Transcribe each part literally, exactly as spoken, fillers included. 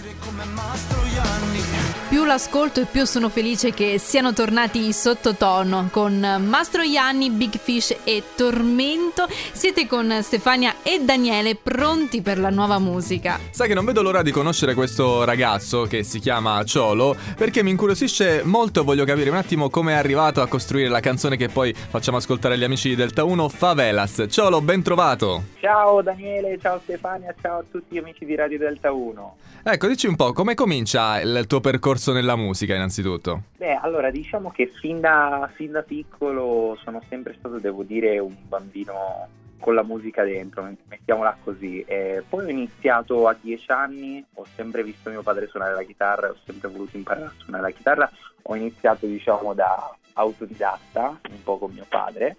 Più l'ascolto e più sono felice che siano tornati sottotono con Mastro Ianni, Big Fish e Tormento. Siete con Stefania e Daniele pronti per la nuova musica. Sai che non vedo l'ora di conoscere questo ragazzo che si chiama Ciolo, perché mi incuriosisce molto e voglio capire un attimo come è arrivato a costruire la canzone che poi facciamo ascoltare agli amici di Delta uno, Favelas. Ciolo, ben trovato. Ciao Daniele, ciao Stefania, ciao a tutti gli amici di Radio Delta uno. Ecco, dici un po', come comincia il tuo percorso nella musica innanzitutto? Beh, allora diciamo che fin da, fin da piccolo sono sempre stato, devo dire, un bambino con la musica dentro, mettiamola così. E poi ho iniziato a dieci anni, ho sempre visto mio padre suonare la chitarra, ho sempre voluto imparare a suonare la chitarra. Ho iniziato, diciamo, da autodidatta, un po' con mio padre,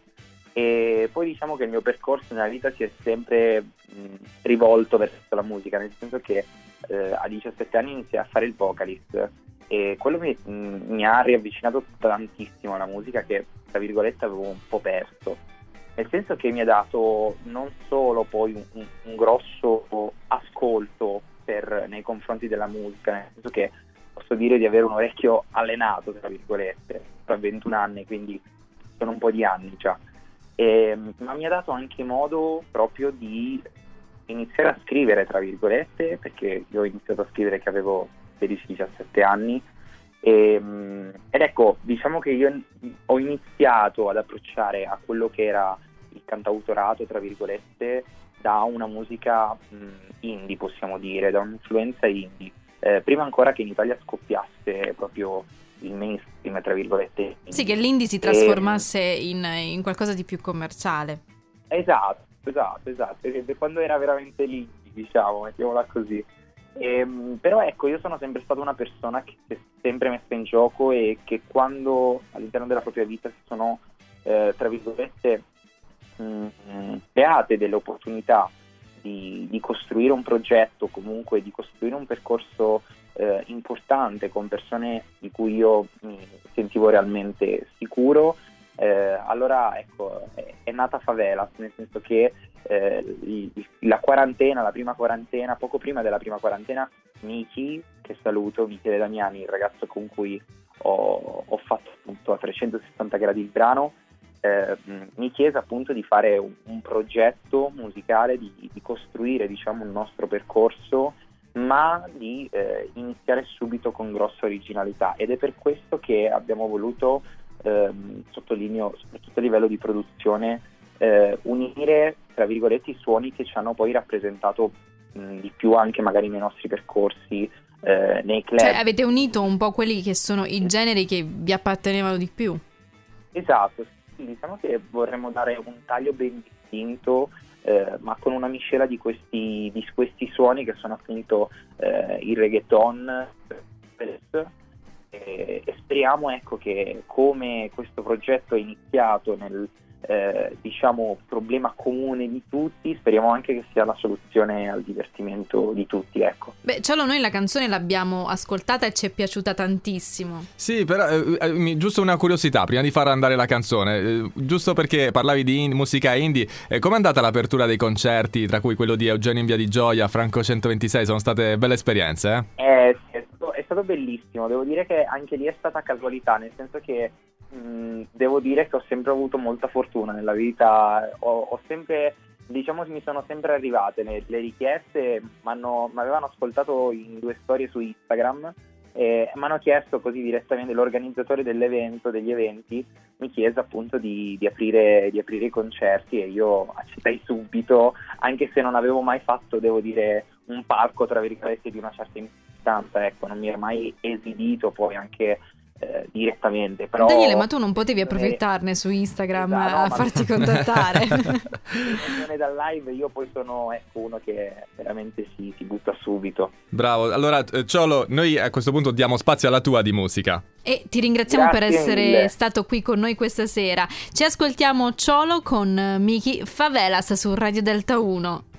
e poi diciamo che il mio percorso nella vita si è sempre mh, rivolto verso la musica, nel senso che eh, a diciassette anni iniziai a fare il vocalist e quello mi, mh, mi ha riavvicinato tantissimo alla musica che, tra virgolette, avevo un po' perso, nel senso che mi ha dato non solo poi un, un, un grosso ascolto per, nei confronti della musica, nel senso che posso dire di avere un orecchio allenato, tra virgolette, tra ventuno anni, quindi sono un po' di anni già. E, ma mi ha dato anche modo proprio di iniziare a scrivere, tra virgolette, perché io ho iniziato a scrivere che avevo sedici diciassette anni e, ed ecco, diciamo che io ho iniziato ad approcciare a quello che era il cantautorato, tra virgolette, da una musica mh, indie, possiamo dire, da un'influenza indie, eh, prima ancora che in Italia scoppiasse proprio il mainstream, tra virgolette. Indie. Sì, che l'indie si trasformasse e... in, in qualcosa di più commerciale. Esatto, esatto, esatto, quando era veramente lì, diciamo, mettiamola così. E, però ecco, io sono sempre stata una persona che si è sempre messa in gioco e che quando all'interno della propria vita si sono, eh, tra virgolette, mh, create delle opportunità di, di costruire un progetto, comunque di costruire un percorso eh, importante con persone di cui io mi sentivo realmente sicuro, eh, allora ecco, è, è nata Favelas, nel senso che eh, il, la quarantena, la prima quarantena, poco prima della prima quarantena, Miki, che saluto, Michele Damiani, il ragazzo con cui ho, ho fatto appunto a trecentosessanta gradi il brano, eh, mi chiese appunto di fare un, un progetto musicale, di, di costruire, diciamo, un nostro percorso, ma di eh, iniziare subito con grossa originalità, ed è per questo che abbiamo voluto, ehm, sottolineo, soprattutto a livello di produzione, eh, unire, tra virgolette, i suoni che ci hanno poi rappresentato mh, di più anche magari nei nostri percorsi, eh, nei club. Cioè avete unito un po' quelli che sono i generi che vi appartenevano di più. Esatto, sì, diciamo che vorremmo dare un taglio ben distinto, Eh, ma con una miscela di questi, di questi suoni che sono appunto eh, il reggaeton, e, e speriamo, ecco, che come questo progetto è iniziato nel eh, diciamo problema comune di tutti, speriamo anche che sia la soluzione al divertimento di tutti, ecco. Beh, Ciolo, noi la canzone l'abbiamo ascoltata e ci è piaciuta tantissimo. Sì, però eh, giusto una curiosità prima di far andare la canzone, eh, giusto perché parlavi di in- musica indie, eh, com'è andata l'apertura dei concerti, tra cui quello di Eugenio in Via di Gioia, Franco centoventisei? Sono state belle esperienze, eh? Eh, sì, è stato, è stato bellissimo, devo dire che anche lì è stata casualità, nel senso che mh, devo dire che ho sempre avuto molta fortuna nella vita, ho, ho sempre, diciamo, mi sono sempre arrivate le, le richieste, mi avevano ascoltato in due storie su Instagram e mi hanno chiesto così direttamente, l'organizzatore dell'evento, degli eventi, mi chiese appunto di, di, aprire, di aprire i concerti e io accettai subito, anche se non avevo mai fatto, devo dire, un palco, tra virgolette, di una certa importanza, ecco, non mi era mai esibito poi anche Eh, direttamente, però Daniele, ma tu non potevi approfittarne su Instagram, esatto, no, a farti contattare? Dal live io poi sono, ecco, uno che veramente si, si butta subito. Bravo, allora Ciolo, noi a questo punto diamo spazio alla tua di musica e ti ringraziamo Grazie per essere mille. stato qui con noi questa sera. Ci ascoltiamo Ciolo con Miki, Favelas su Radio Delta uno.